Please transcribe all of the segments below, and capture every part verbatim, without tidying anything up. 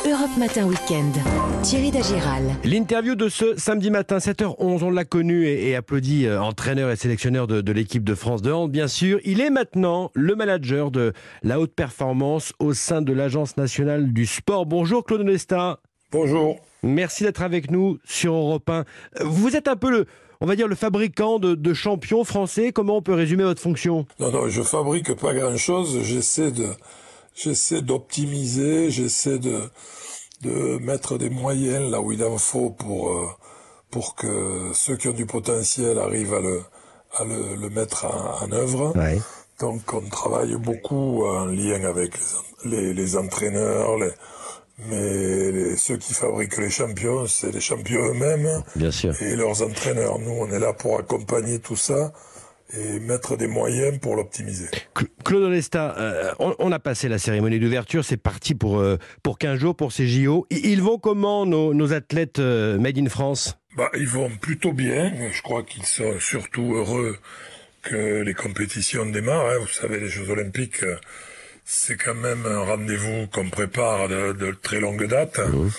Europe Matin Week-end. Thierry Dagiral. L'interview de ce samedi matin, sept heures onze, on l'a connu et, et applaudi, euh, entraîneur et sélectionneur de, de l'équipe de France de hand, bien sûr. Il est maintenant le manager de la haute performance au sein de l'Agence nationale du sport. Bonjour Claude Onesta. Bonjour. Merci d'être avec nous sur Europe un. Vous êtes un peu le, on va dire, le fabricant de, de champions français. Comment on peut résumer votre fonction? Non, non, je fabrique pas grand-chose. J'essaie de, j'essaie d'optimiser, j'essaie de, de mettre des moyens là où il en faut pour, euh, pour que ceux qui ont du potentiel arrivent à le, à le, le mettre en, en œuvre. Ouais. Donc, on travaille beaucoup en lien avec les, les, les entraîneurs, les, mais les, ceux qui fabriquent les champions, c'est les champions eux-mêmes. Bien sûr. Et leurs entraîneurs. Nous, on est là pour accompagner tout ça et mettre des moyens pour l'optimiser. Claude Onesta, euh, on, on a passé la cérémonie d'ouverture, c'est parti pour, euh, pour quinze jours pour ces J O. Ils vont comment nos, nos athlètes euh, Made in France? Bah, ils vont plutôt bien. Je crois qu'ils sont surtout heureux que les compétitions démarrent. Hein. Vous savez, les Jeux Olympiques, c'est quand même un rendez-vous qu'on prépare de, de très longue date. Mmh.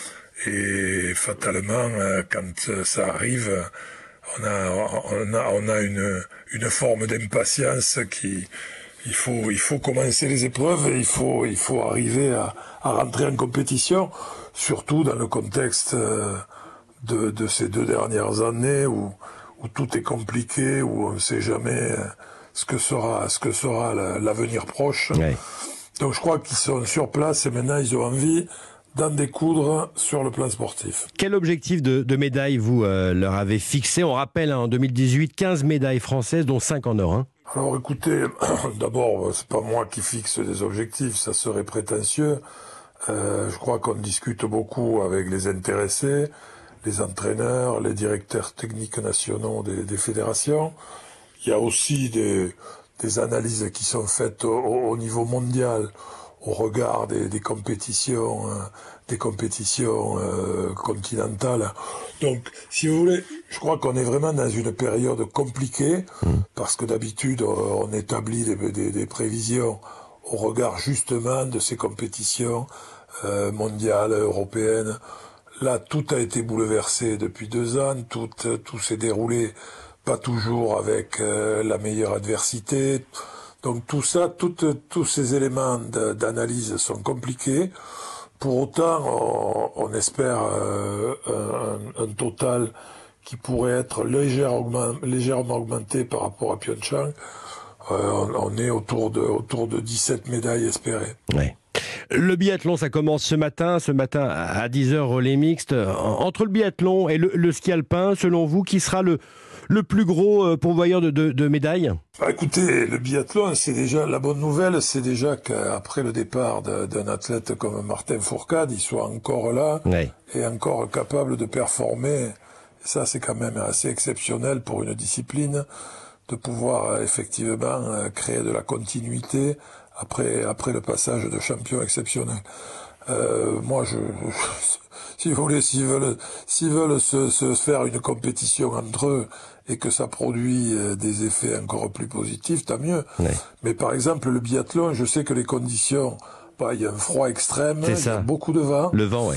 Et fatalement, quand ça arrive, on a, on a, on a une, une forme d'impatience qui, il faut, il faut commencer les épreuves et il faut, il faut arriver à, à rentrer en compétition, surtout dans le contexte de, de ces deux dernières années où, où tout est compliqué, où on ne sait jamais ce que sera, ce que sera l'avenir proche. Ouais. Donc je crois qu'ils sont sur place et maintenant ils ont envie d'en découdre sur le plan sportif. Quel objectif de, de médaille vous euh, leur avez fixé? On rappelle, hein, en deux mille dix-huit, quinze médailles françaises, dont cinq en or. Hein. Alors écoutez, d'abord, c'est pas moi qui fixe des objectifs, ça serait prétentieux. Euh, je crois qu'on discute beaucoup avec les intéressés, les entraîneurs, les directeurs techniques nationaux des, des fédérations. Il y a aussi des, des analyses qui sont faites au, au niveau mondial, au regard des, des compétitions, euh, des compétitions euh, continentales. Donc, si vous voulez, je crois qu'on est vraiment dans une période compliquée, mmh. parce que d'habitude, on établit des, des, des prévisions au regard justement de ces compétitions euh, mondiales, européennes. Là, tout a été bouleversé depuis deux ans, tout, tout s'est déroulé pas toujours avec euh, la meilleure adversité. Donc tout ça, tout, tous ces éléments d'analyse sont compliqués. Pour autant, on, on espère euh, un, un total qui pourrait être légèrement, légèrement augmenté par rapport à Pyeongchang. Euh, on, on est autour de, autour de dix-sept médailles espérées. Ouais. Le biathlon, ça commence ce matin, ce matin à dix heures relais mixte. Entre le biathlon et le, le ski alpin, selon vous, qui sera le, le plus gros pourvoyeur de, de, de médailles? Bah écoutez, le biathlon, c'est déjà la bonne nouvelle, c'est déjà qu'après le départ d'un athlète comme Martin Fourcade, il soit encore là, ouais. et encore capable de performer. Et ça, c'est quand même assez exceptionnel pour une discipline, de pouvoir effectivement créer de la continuité après après le passage de champion exceptionnel. Euh, moi, je, je, si vous voulez, s'ils veulent, s'ils veulent se, se faire une compétition entre eux et que ça produit des effets encore plus positifs, tant mieux. Oui. Mais par exemple, le biathlon, je sais que les conditions, bah, il y a un froid extrême, il y a beaucoup de vent. Le vent, oui.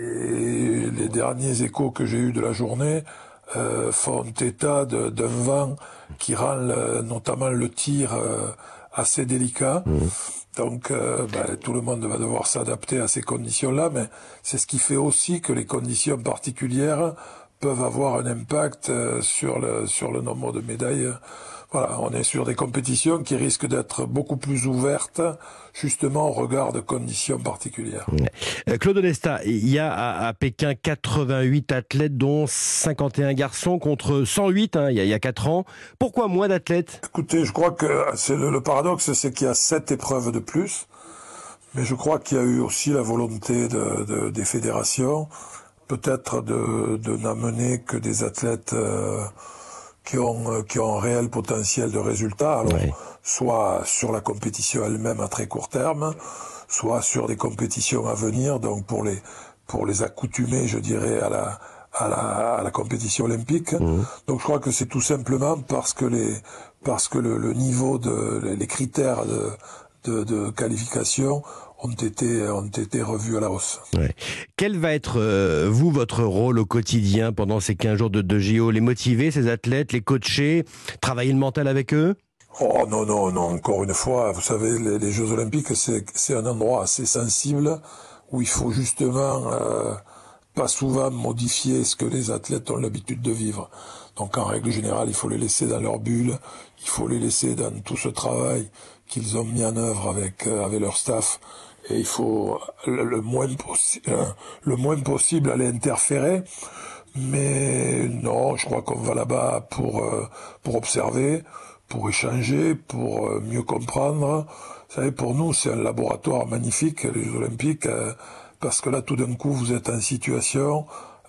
Et les derniers échos que j'ai eus de la journée euh, font état d'un vent qui rend le, notamment le tir euh, assez délicat. Mmh. Donc, euh, ben, tout le monde va devoir s'adapter à ces conditions-là, mais c'est ce qui fait aussi que les conditions particulières peuvent avoir un impact euh, sur le sur le nombre de médailles. Voilà, on est sur des compétitions qui risquent d'être beaucoup plus ouvertes, justement au regard de conditions particulières. Euh, Claude Onesta, il y a à, à Pékin quatre-vingt-huit athlètes, dont cinquante et un garçons contre cent huit, hein, il, y a, il y a quatre ans. Pourquoi moins d'athlètes? Écoutez, je crois que c'est le, le paradoxe, c'est qu'il y a sept épreuves de plus, mais je crois qu'il y a eu aussi la volonté de, de, des fédérations, peut-être de, de n'amener que des athlètes euh, qui ont qui ont un réel potentiel de résultat, alors oui. soit sur la compétition elle-même à très court terme, soit sur des compétitions à venir, donc pour les pour les accoutumer, je dirais, à la à la à la compétition olympique. Mmh. Donc je crois que c'est tout simplement parce que les parce que le, le niveau de les critères de de, de qualification ont été, ont été revus à la hausse. Ouais. Quel va être, euh, vous, votre rôle au quotidien pendant ces quinze jours de, de J O? Les motiver, ces athlètes, les coacher, travailler le mental avec eux? Oh non, non, non, encore une fois, vous savez, les, les Jeux Olympiques, c'est, c'est un endroit assez sensible où il faut justement euh, pas souvent modifier ce que les athlètes ont l'habitude de vivre. Donc en règle générale, il faut les laisser dans leur bulle, il faut les laisser dans tout ce travail qu'ils ont mis en œuvre avec, euh, avec leur staff. Et il faut le, le, moins possi- euh, le moins possible aller interférer. Mais non, je crois qu'on va là-bas pour, euh, pour observer, pour échanger, pour euh, mieux comprendre. Vous savez, pour nous, c'est un laboratoire magnifique, les Jeux Olympiques, euh, parce que là, tout d'un coup, vous êtes en situation,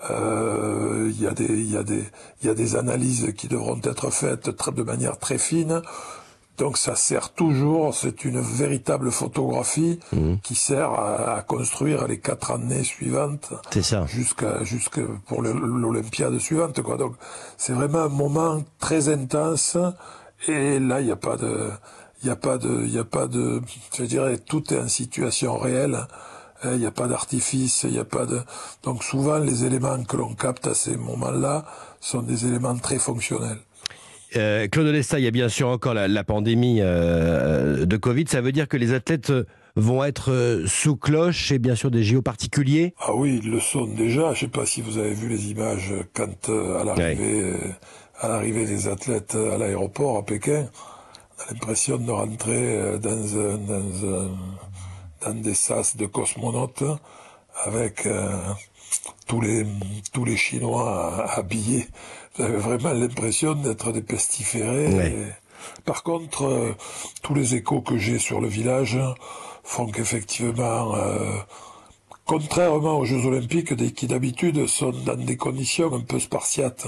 euh, il y a des, il y a des, il y a des analyses qui devront être faites très, de manière très fine. Donc ça sert toujours, c'est une véritable photographie mmh. qui sert à, à construire les quatre années suivantes. C'est ça. Jusqu'à, jusqu'à pour le, l'Olympiade suivante, quoi. Donc c'est vraiment un moment très intense. Et là, il n'y a pas de, il n'y a pas de, il n'y a pas de, je dirais, tout est en situation réelle. Il n'y a pas d'artifice, il n'y a pas de. Donc souvent, les éléments que l'on capte à ces moments-là sont des éléments très fonctionnels. Euh, Claude Onesta, il y a bien sûr encore la, la pandémie euh, de Covid. Ça veut dire que les athlètes vont être sous cloche et bien sûr des J O particuliers? Ah oui, ils le sont déjà. Je ne sais pas si vous avez vu les images quand euh, à l'arrivée, ouais. euh, à l'arrivée des athlètes à l'aéroport à Pékin, on a l'impression de rentrer dans, un, dans, un, dans des sas de cosmonautes avec euh, tous les tous les Chinois habillés. Vous avez vraiment l'impression d'être des pestiférés. Ouais. Et... Par contre, euh, tous les échos que j'ai sur le village font qu'effectivement, euh, contrairement aux Jeux Olympiques, qui d'habitude sont dans des conditions un peu spartiates,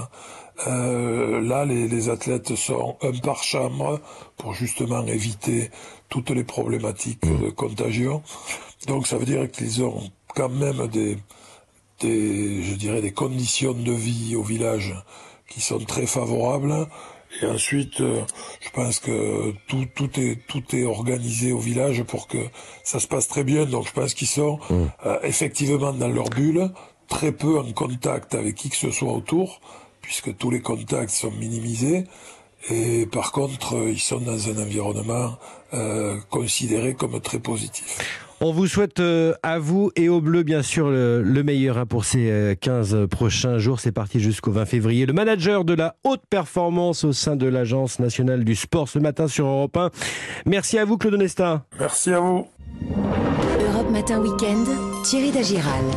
euh, là, les, les athlètes sont un par chambre pour justement éviter toutes les problématiques mmh. de contagion. Donc ça veut dire qu'ils ont quand même des, des, je dirais, des conditions de vie au village qui sont très favorables. Et ensuite, euh, je pense que tout, tout est, tout est organisé au village pour que ça se passe très bien. Donc je pense qu'ils sont mmh. euh, effectivement dans leur bulle, très peu en contact avec qui que ce soit autour, puisque tous les contacts sont minimisés. Et par contre, ils sont dans un environnement euh, considéré comme très positif. On vous souhaite euh, à vous et aux Bleus, bien sûr, le, le meilleur hein, pour ces euh, quinze prochains jours. C'est parti jusqu'au vingt février. Le manager de la haute performance au sein de l'Agence nationale du sport ce matin sur Europe un. Merci à vous, Claude Onesta. Merci à vous. Europe Matin Week-end, Thierry Dagiral.